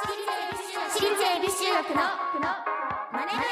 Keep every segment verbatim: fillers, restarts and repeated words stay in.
私立恵比寿中学のマネ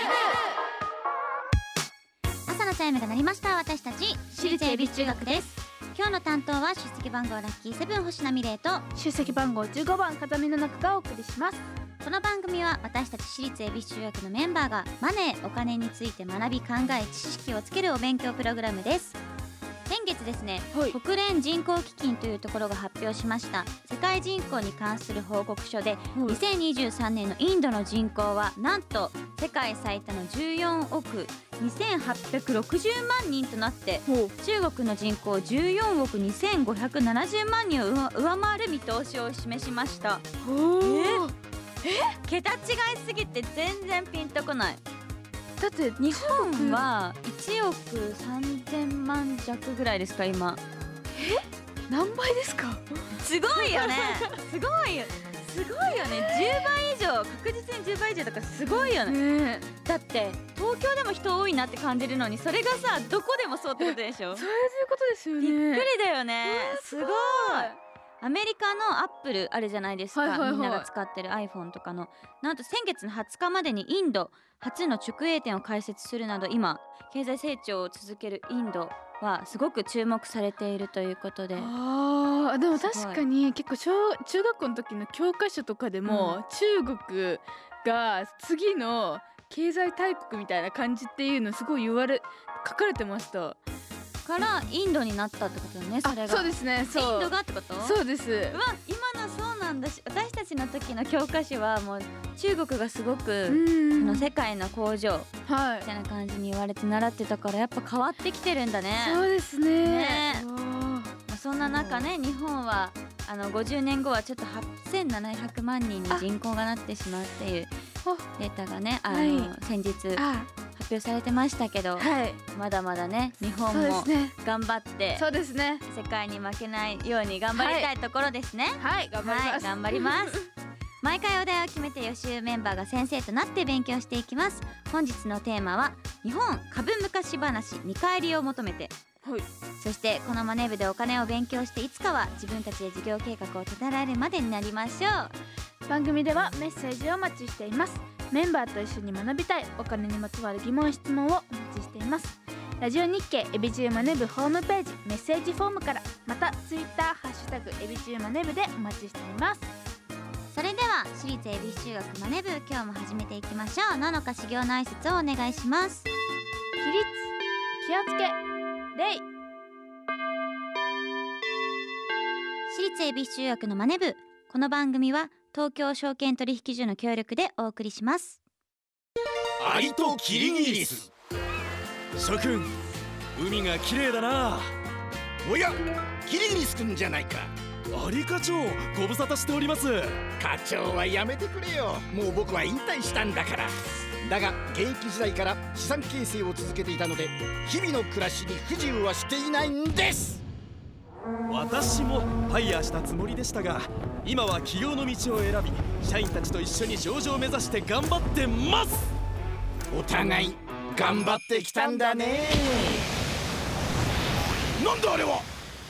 ブ。朝のチャイムが鳴りました。私たち私立恵比寿中学です。今日の担当は出席番号ラッキーセブン星名美玲と出席番号じゅうごばん風見の中がお送りします。 この番組は私たち私立恵比寿中学のメンバーがマネー、お金について学び考え知識をつけるお勉強プログラムです。先月ですね、 はい、 国連人口基金というところが発表しました世界人口に関する報告書で、はい、にせんにじゅうさんねんのインドの人口はなんと世界最多のじゅうよんおくにせんはっぴゃくろくじゅうまんにんとなって、中国の人口じゅうよんおくにせんごひゃくななじゅうまんにんを上回る見通しを示しました。ええ桁違いすぎて全然ピンとこない。 だって日本はいちおくさんぜんまん弱ぐらいですか今。 え何倍ですか？ すごいよねすごいよすごいよね。じゅうばい以上、確実にじゅうばい以上とかすごいよね。ねだって東京でも人多いなって感じるのに、それがさどこでもそうってことでしょ。 そういうことですよね。 びっくりだよね。すごい。アメリカのアップルあるじゃないですか、はいはいはい、みんなが使ってる iPhone とかの、なんと先月のはつかまでにインド初の直営店を開設するなど、今経済成長を続けるインドはすごく注目されているということで。 あでも確かに結構小中学校の時の教科書とかでも、うん、中国が次の経済大国みたいな感じっていうのすごい言われ書かれてました。 からインドになったってことだね。それがそうですね。そうインドがってこと。 そうです。 うわ今のそうなんだし、私たちの時の教科書はもう中国がすごくその世界の工場みたいな感じに言われて習ってたから、やっぱ変わってきてるんだね。 そうですね。 ねまあ、そんな中ね、日本はあのごじゅうねんごはちょっとはっせんななひゃくまんにんに人口がなってしまうっていうデータがね、あの、はい、先日発表されてましたけど、はい、まだまだね日本も頑張ってそうですね、 世界に負けないように頑張りたいところですね。 はい、はい、頑張ります、 はい、頑張ります毎回お題を決めて予習メンバーが先生となって勉強していきます。本日のテーマは日本株昔話見返りを求めて、はい、そしてこのマネ部でお金を勉強して、いつかは自分たちで事業計画を立てられるまでになりましょう。番組ではメッセージをお待ちしています。メンバーと一緒に学びたいお金にまつわる疑問質問をお待ちしています。ラジオ日経エビチューマネ部ホームページメッセージフォームから、またツイッターハッシュタグエビチューマネ部でお待ちしています。 それでは私立恵比寿中学マネ部、今日も始めていきましょう。ののか修行の挨拶をお願いします。 起立、気をつけ、礼。 私立恵比寿中学のマネ部、この番組は東京証券取引所の協力でお送りします。 アリとキリギリス。諸君、海が綺麗だな。 おや、キリギリス君じゃないか。 アリ課長、ご無沙汰しております。 課長はやめてくれよ。もう僕は引退したんだから。だが現役時代から資産形成を続けていたので、日々の暮らしに不自由はしていないんです。 私もファイヤーしたつもりでしたが、今は起業の道を選び、社員たちと一緒に上場を目指して頑張ってます。 お互い頑張ってきたんだね。なんだあれは。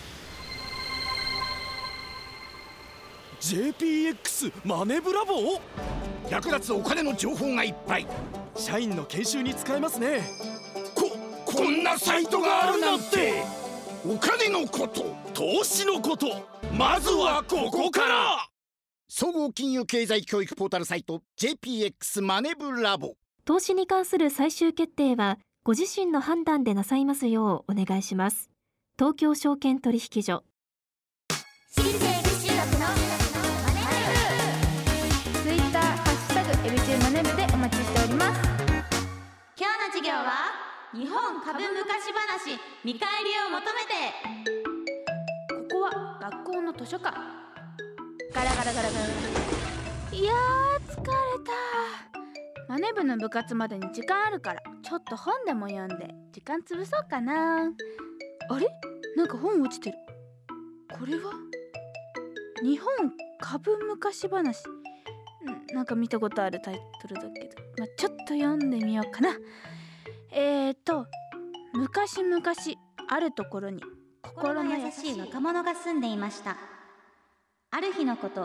ジェーピーエックス マネブラボ。 役立つお金の情報がいっぱい。 社員の研修に使えますね。 ここんなサイトがあるなんて。お金のこと、 投資のこと、まずはここから。 総合金融経済教育ポータルサイト ジェーピーエックス マネブラボ。 投資に関する最終決定はご自身の判断でなさいますようお願いします。東京証券取引所。 私立恵比寿中学のマネ部、ツイッターハッシュタグエビチューマネ部でお待ちしております。 今日の授業は日本株昔話見返りを求めて。 ここは学校の図書館。ガラガラガラガラガラ。いやー疲れた。マネ部の部活までに時間あるから、ちょっと本でも読んで時間潰そうかな。あれ、なんか本落ちてる。これは日本株昔話。なんか見たことあるタイトルだけど、まあ、ちょっと読んでみようかな。えーと昔々あるところに心の優しい若者が住んでいました。ある日のこと、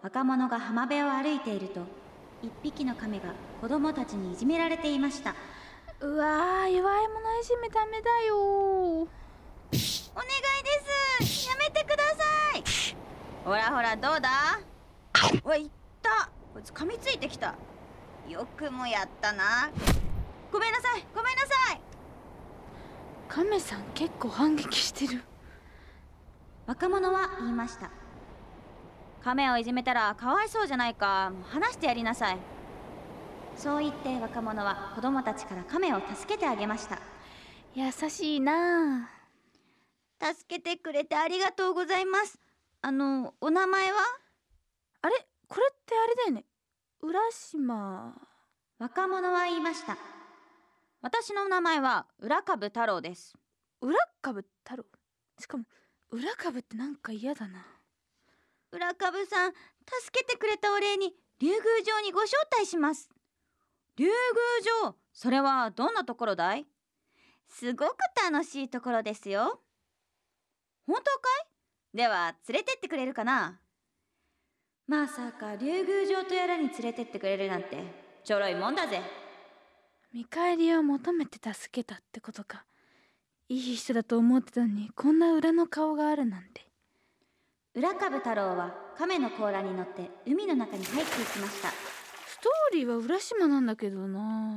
若者が浜辺を歩いていると、一匹の亀が子供たちにいじめられていました。 うわー、弱い者いじめダメだよ。お願いです、やめてください。ほらほら、どうだ。うわ、いった、こいつ噛みついてきた。よくもやったな。ごめんなさい、ごめんなさい。 亀さん結構反撃してる。 若者は言いました。亀をいじめたらかわいそうじゃないか、もう話してやりなさい。そう言って若者は子供たちから亀を助けてあげました。 優しいな。 助けてくれてありがとうございます。あの、お名前は？ あれ、これってあれだよね、浦島。 若者は言いました。私の名前は浦株太郎です。 浦株太郎、しかも浦株ってなんか嫌だな。 浦株さん、助けてくれたお礼に竜宮城にご招待します。竜宮城、それはどんなところだい？すごく楽しいところですよ。本当かい？では連れてってくれるかな？まさか竜宮城とやらに連れてってくれるなんてちょろいもんだぜ。 見返りを求めて助けたってことか。いい人だと思ってたのに、こんな裏の顔があるなんて。 浦株太郎は亀の甲羅に乗って海の中に入っていきました。 ストーリーは浦島なんだけどな。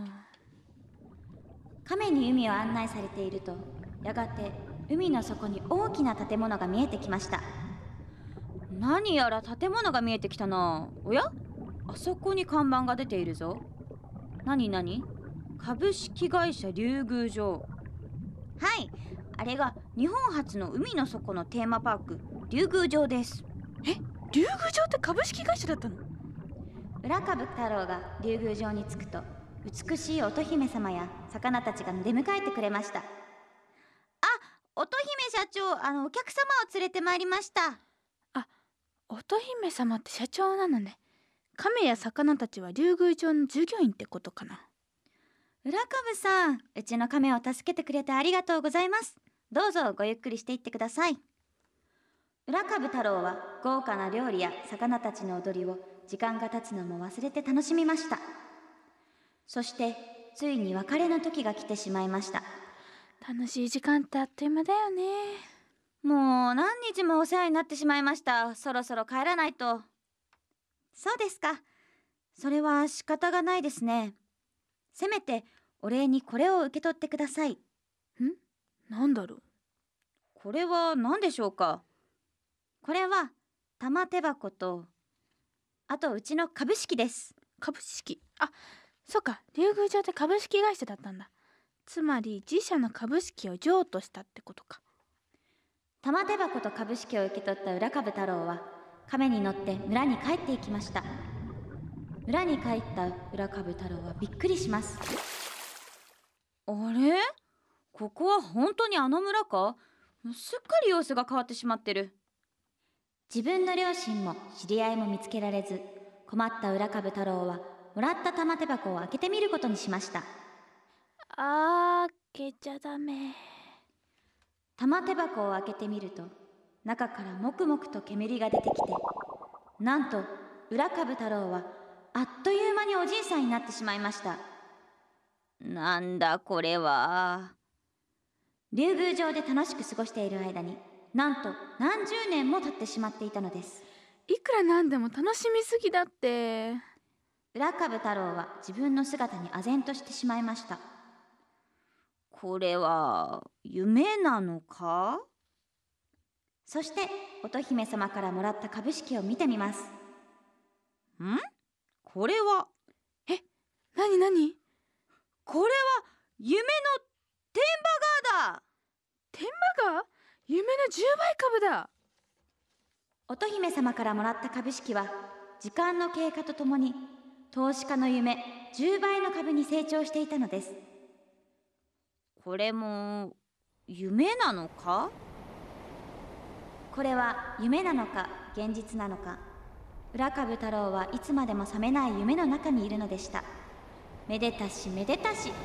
亀に海を案内されていると、やがて海の底に大きな建物が見えてきました。何やら建物が見えてきたな。おや、あそこに看板が出ているぞ。何何？株式会社竜宮城。はい、あれが日本初の海の底のテーマパーク、竜宮城です。 え、竜宮城って株式会社だったの？ 浦株太郎が竜宮城に着くと、美しい乙姫様や魚たちが出迎えてくれました。あ、乙姫社長、あのお客様を連れてまいりました。 あ、乙姫様って社長なのね。亀や魚たちは竜宮城の従業員ってことかな。 浦株さん、うちの亀を助けてくれてありがとうございます。どうぞごゆっくりしていってください。浦株太郎は豪華な料理や魚たちの踊りを時間が経つのも忘れて楽しみました。そしてついに別れの時が来てしまいました。 楽しい時間ってあっという間だよね。 もう何日もお世話になってしまいました。そろそろ帰らないと。そうですか。それは仕方がないですね。せめてお礼にこれを受け取ってください。ん？ なんだろう。 これは何でしょうか。これは玉手箱と、あとうちの株式です。 株式？あ、そうか、竜宮城って株式会社だったんだ。つまり自社の株式を譲渡したってことか。 玉手箱と株式を受け取った浦株太郎は亀に乗って村に帰っていきました。村に帰った浦株太郎はびっくりします。あれ？ここは本当にあの村か？すっかり様子が変わってしまってる。自分の両親も知り合いも見つけられず、困った浦株太郎はもらった玉手箱を開けてみることにしました。 あー、開けちゃダメ。 玉手箱を開けてみると、中からもくもくと煙が出てきて、なんと浦株太郎はあっという間におじいさんになってしまいました。なんだこれは。竜宮城で楽しく過ごしている間に、なんと何十年も経ってしまっていたのです。 いくらなんでも楽しみすぎだって。 浦株太郎は自分の姿に唖然としてしまいました。これは夢なのか？そして乙姫様からもらった株式を見てみます。ん？これは、 え、なになに？ これは夢の天馬川だ。 天馬川？夢のじゅうばい株だ。 乙姫様からもらった株式は時間の経過とともに投資家の夢じゅうばいの株に成長していたのです。これも夢なのか？これは夢なのか現実なのか、浦株太郎はいつまでも覚めない夢の中にいるのでした。めでたしめでたし。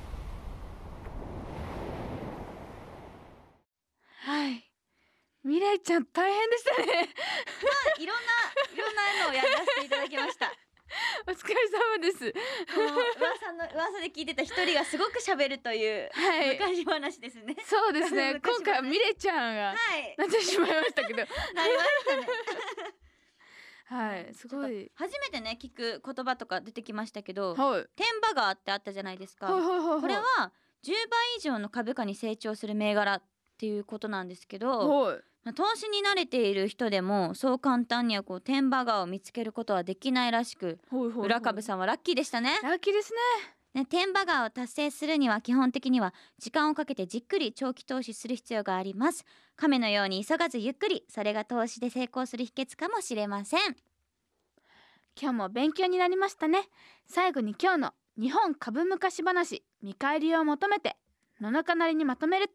はい、未来れいちゃん大変でしたねいろんないろんなのをやらせていただきましたお疲れ様です。 この噂の噂で聞いてた一人がすごく喋るという、 はい、 昔話ですね。 そうですね今回はミレちゃんがなってしまいましたけど、はい、 なりましたねはいすごい初めてね聞く言葉とか出てきましたけど、 はい、 天馬川ってあったじゃないですか、 はいはいはいはい、 これはじゅうばい以上の株価に成長する銘柄っていうことなんですけど、 はい、 投資に慣れている人でもそう簡単にはこう天馬川を見つけることはできないらしく、 はいはいはい、 浦株さんはラッキーでしたね。 ラッキーですね。 ね、天馬川を達成するには基本的には時間をかけてじっくり長期投資する必要があります。亀のように急がずゆっくり、それが投資で成功する秘訣かもしれません。 今日も勉強になりましたね。最後に今日の日本株昔話見返りを求めて野中なりにまとめると、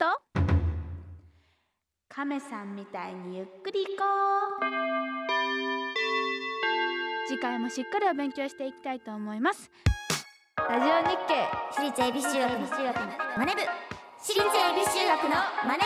亀さんみたいにゆっくり行こう。次回もしっかりお勉強していきたいと思います。ラジオ日経私立恵比寿中学のマネ部、私立恵比寿中学のマネ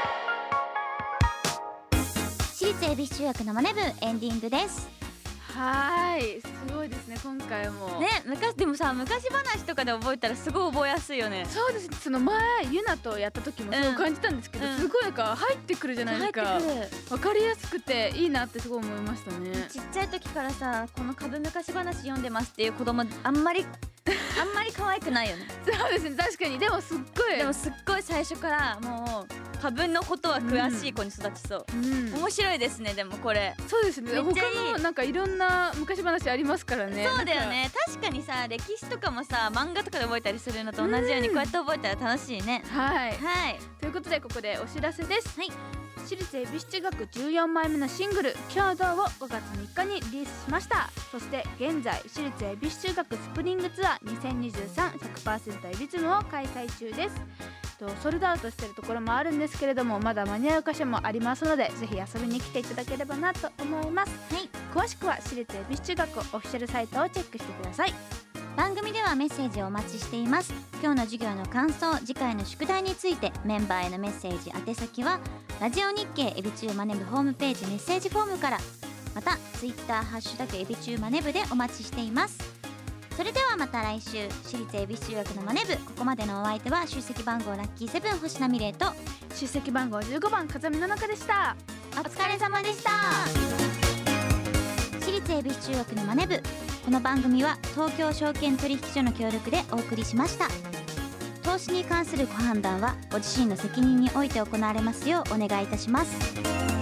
部、私立恵比寿中学のマネ部エンディングです。 はい、すごいですね今回もね。昔でもさ、昔話とかで覚えたらすごい覚えやすいよね。 そうですね。その前ユナとやった時もそう感じたんですけど、うん、すごいなんか入ってくるじゃないですか。わかりやすくていいなってすごい思いましたね。 ちっちゃい時からさ、この株昔話読んでますっていう子供あんまりあんまり可愛くないよね。 そうですね、確かに。でもすっごいでもすっごい最初からもう株のことは詳しい子に育ちそう、うんうん、面白いですね。でもこれそうですね、他のなんかいろんな昔話ありますからね。 そうだよね。確かにさ、歴史とかもさ漫画とかで覚えたりするのと同じようにこうやって覚えたら楽しいね。 はい、 はい、 ということでここでお知らせです。 はい、 私立恵比寿中学じゅうよんまいめのシングル「共同」をごがつみっかにリリースしました。そして現在私立恵比寿中学スプリングツアーにせんにじゅうさん ひゃくパーセント エビズムを開催中です。ソルドアウトしているところもあるんですけれども、まだ間に合う箇所もありますので、ぜひ遊びに来ていただければなと思います。 はい、 詳しくは私立恵比寿中学オフィシャルサイトをチェックしてください。 番組ではメッセージをお待ちしています。今日の授業の感想、次回の宿題についてメンバーへのメッセージ宛先はラジオ日経エビチューマネ部ホームページメッセージフォームから、またツイッターハッシュタグエビチューマネ部でお待ちしています。それではまた来週。私立恵比寿中学のマネ部、ここまでのお相手は出席番号ラッキーセブン星名美玲と出席番号じゅうごばん風見の中でした。 お疲れ様でした。私立恵比寿中学のマネ部、この番組は東京証券取引所の協力でお送りしました。投資に関するご判断はご自身の責任において行われますようお願いいたします。